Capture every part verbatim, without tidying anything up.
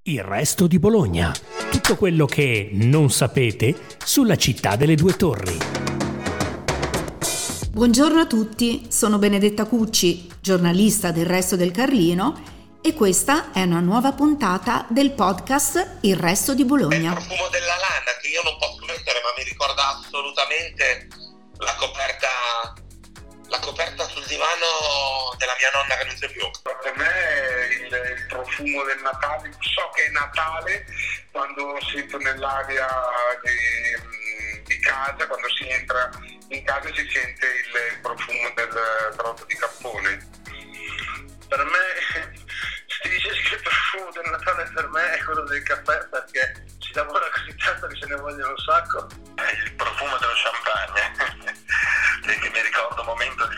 Il resto di Bologna. Tutto quello che non sapete sulla città delle due torri. Buongiorno a tutti, sono Benedetta Cucci, giornalista del Resto del Carlino, e questa è una nuova puntata del podcast Il Resto di Bologna. Il profumo della lana che io non posso mettere, ma mi ricorda assolutamente la coperta la coperta sul divano della mia nonna che non c'è più. Per me il, il profumo del Natale, so che è Natale quando sento nell'aria di, di casa, quando si entra in casa si sente il, il profumo del brodo di cappone. Per me, si dice che il profumo del Natale per me è quello del caffè, perché si lavora così tanto che se ne vogliono un sacco. Il profumo dello champagne, che mi ricorda un momento di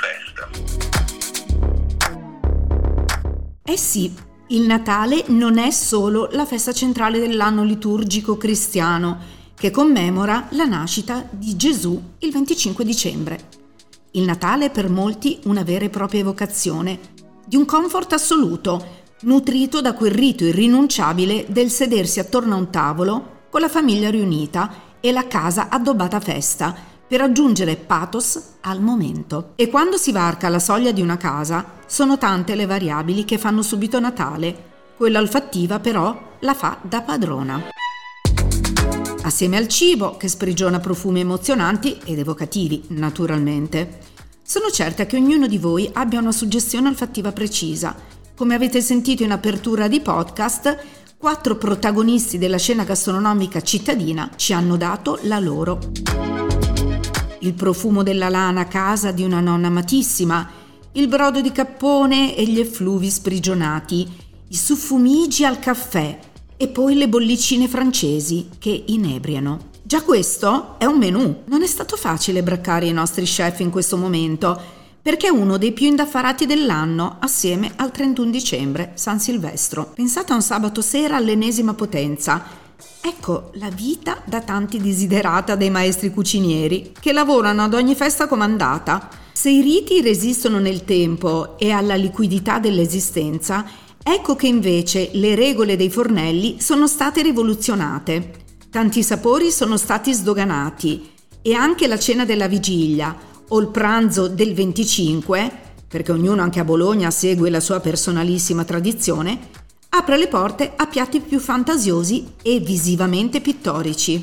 festa. Eh sì, il Natale non è solo la festa centrale dell'anno liturgico cristiano, che commemora la nascita di Gesù il venticinque dicembre. Il Natale è per molti una vera e propria evocazione di un comfort assoluto, nutrito da quel rito irrinunciabile del sedersi attorno a un tavolo con la famiglia riunita e la casa addobbata a festa, per aggiungere pathos al momento. E quando si varca la soglia di una casa, sono tante le variabili che fanno subito Natale. Quella olfattiva però la fa da padrona. Assieme al cibo, che sprigiona profumi emozionanti ed evocativi, naturalmente. Sono certa che ognuno di voi abbia una suggestione olfattiva precisa. Come avete sentito in apertura di podcast, quattro protagonisti della scena gastronomica cittadina ci hanno dato la loro. Il profumo della lana a casa di una nonna amatissima, il brodo di cappone e gli effluvi sprigionati, i suffumigi al caffè e poi le bollicine francesi che inebriano. Già questo è un menù. Non è stato facile braccare i nostri chef in questo momento, perché è uno dei più indaffarati dell'anno assieme al trentuno dicembre, San Silvestro. Pensate a un sabato sera all'ennesima potenza. Ecco la vita da tanti desiderata dei maestri cucinieri che lavorano ad ogni festa comandata. Se i riti resistono nel tempo e alla liquidità dell'esistenza, ecco che invece le regole dei fornelli sono state rivoluzionate. Tanti sapori sono stati sdoganati e anche la cena della vigilia o il pranzo del venticinque, perché ognuno anche a Bologna segue la sua personalissima tradizione, apre le porte a piatti più fantasiosi e visivamente pittorici.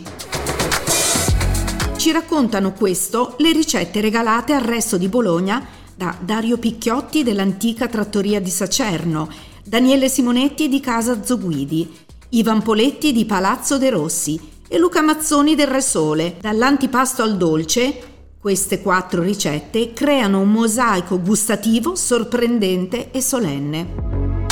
Ci raccontano questo le ricette regalate al Resto di Bologna da Dario Picchiotti dell'antica trattoria di Sacerno, Daniele Simonetti di Casa Zoguidi, Ivan Poletti di Palazzo De Rossi e Luca Mazzoni del Re Sole. Dall'antipasto al dolce, queste quattro ricette creano un mosaico gustativo sorprendente e solenne.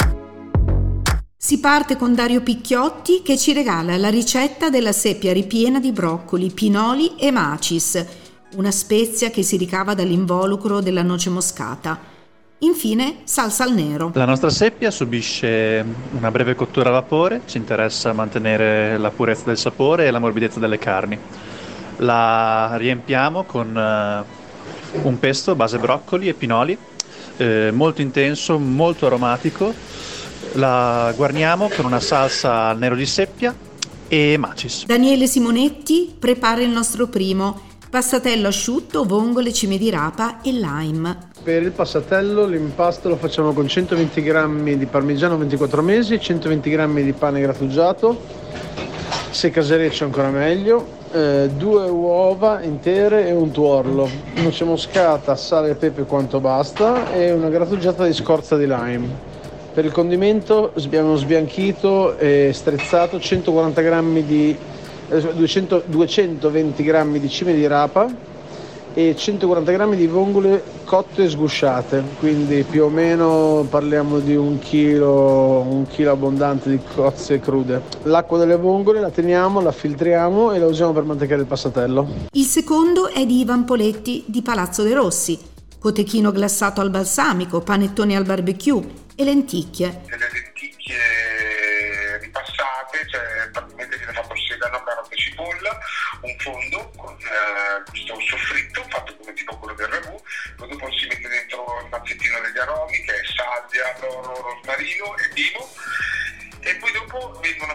Si parte con Dario Picchiotti che ci regala la ricetta della seppia ripiena di broccoli, pinoli e macis, una spezia che si ricava dall'involucro della noce moscata. Infine, salsa al nero. La nostra seppia subisce una breve cottura a vapore, ci interessa mantenere la purezza del sapore e la morbidezza delle carni. La riempiamo con uh, un pesto base broccoli e pinoli, eh, molto intenso, molto aromatico. La guarniamo con una salsa al nero di seppia e macis. Daniele Simonetti prepara il nostro primo passatello asciutto, vongole, cime di rapa e lime. Per il passatello l'impasto lo facciamo con centoventi grammi di parmigiano ventiquattro mesi, centoventi grammi di pane grattugiato, se casereccio ancora meglio, eh, due uova intere e un tuorlo, noce moscata, sale e pepe quanto basta e una grattugiata di scorza di lime. Per il condimento abbiamo sbianchito e strezzato centoquaranta grammi di eh, duecento, duecentoventi grammi di cime di rapa e centoquaranta grammi di vongole cotte e sgusciate, quindi più o meno parliamo di un chilo, un chilo abbondante di cozze crude. L'acqua delle vongole la teniamo, la filtriamo e la usiamo per mantecare il passatello. Il secondo è di Ivan Poletti di Palazzo De Rossi, cotechino glassato al balsamico, panettoni al barbecue e lenticchie. Delle lenticchie ripassate, cioè praticamente viene fatto sedano, carota e cipolla, un fondo con eh, questo soffritto fatto come tipo quello del ragù, poi dopo si mette dentro il mazzettino degli aromi che è salvia, loro, rosmarino e timo, e poi dopo vengono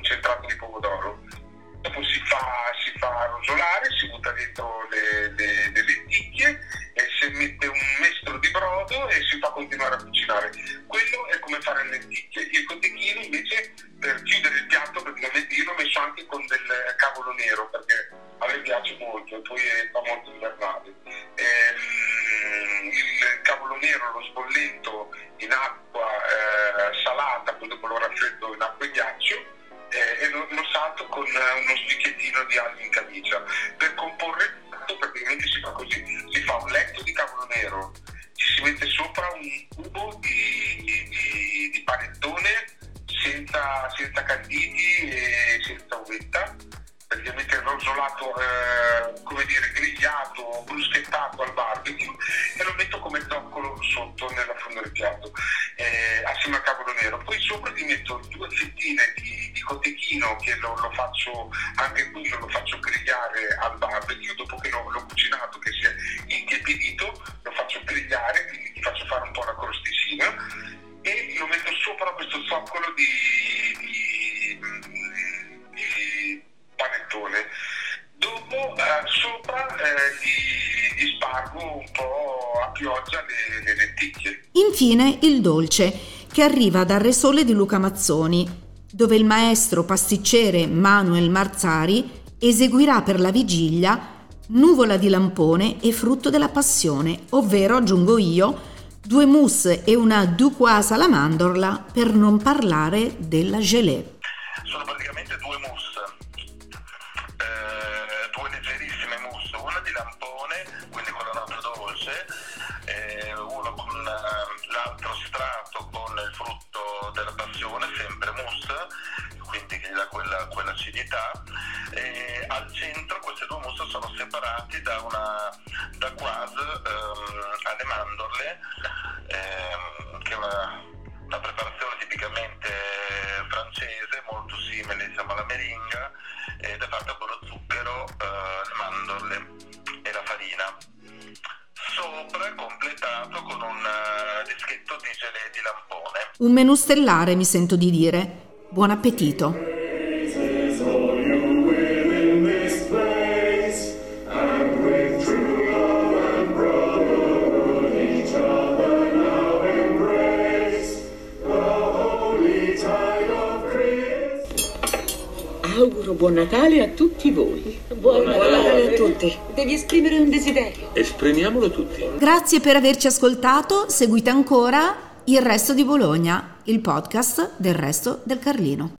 concentrato di pomodoro. Dopo si fa, si fa rosolare, si butta dentro le, le, le lenticchie e si mette un mestolo di brodo e si fa continuare a cucinare. Quello è come fare le lenticchie. Il cotechino invece, per chiudere il piatto, praticamente io l'ho messo anche con del cavolo nero, perché a me piace molto e poi fa molto invernale. Ehm, il cavolo nero lo sbollento in acqua eh, salata, poi dopo lo raffreddo in acqua e ghiaccio eh, e lo, lo salto con uno spicchiettino di aglio in camicia. Per comporre il piatto praticamente si fa così: si fa un letto di cavolo nero, ci si mette sopra un cubo di, di, di, di panettone senza, senza canditi e senza uvetta, praticamente rosolato, eh, come dire, grigliato, bruschettato al barbecue, e lo metto come zoccolo sotto nella fondo del piatto, eh, assieme al cavolo nero. Poi sopra gli metto due fettine di, di cotechino, che lo, lo faccio, anche quello lo faccio grigliare al barbecue, dopo che l'ho, l'ho cucinato, che si è intiepidito, lo faccio grigliare, quindi gli faccio fare un po' la crosticina, e lo metto sopra questo zoccolo di, di, di panettone. Dopo eh, sopra eh, gli, gli spargo un po' a pioggia le, le lenticchie. Infine il dolce, che arriva dal Re Sole di Luca Mazzoni, dove il maestro pasticcere Manuel Marzari eseguirà per la vigilia nuvola di lampone e frutto della passione, ovvero, aggiungo io, due mousse e una Ducoise alla mandorla, per non parlare della gelée. Sono praticamente due mousse, eh, due leggerissime mousse, una di lampone, quindi con la nota dolce, eh, uno con eh, l'altro strato con il frutto della passione, sempre mousse, quindi che gli dà quella, quell'acidità. E al centro queste due mousse sono separati da una Ducoise ehm, alle mandorle, ehm, che è una, una preparazione tipicamente francese, molto simile, diciamo, alla meringa, ed è fatta con lo zucchero, eh, le mandorle e la farina. Sopra è completato con un uh, dischetto di gelée di lampone. Un menù stellare, mi sento di dire. Buon appetito! Auguro buon Natale a tutti voi. Buon Natale a tutti. Devi esprimere un desiderio. Esprimiamolo tutti. Grazie per averci ascoltato. Seguite ancora Il Resto di Bologna, il podcast del Resto del Carlino.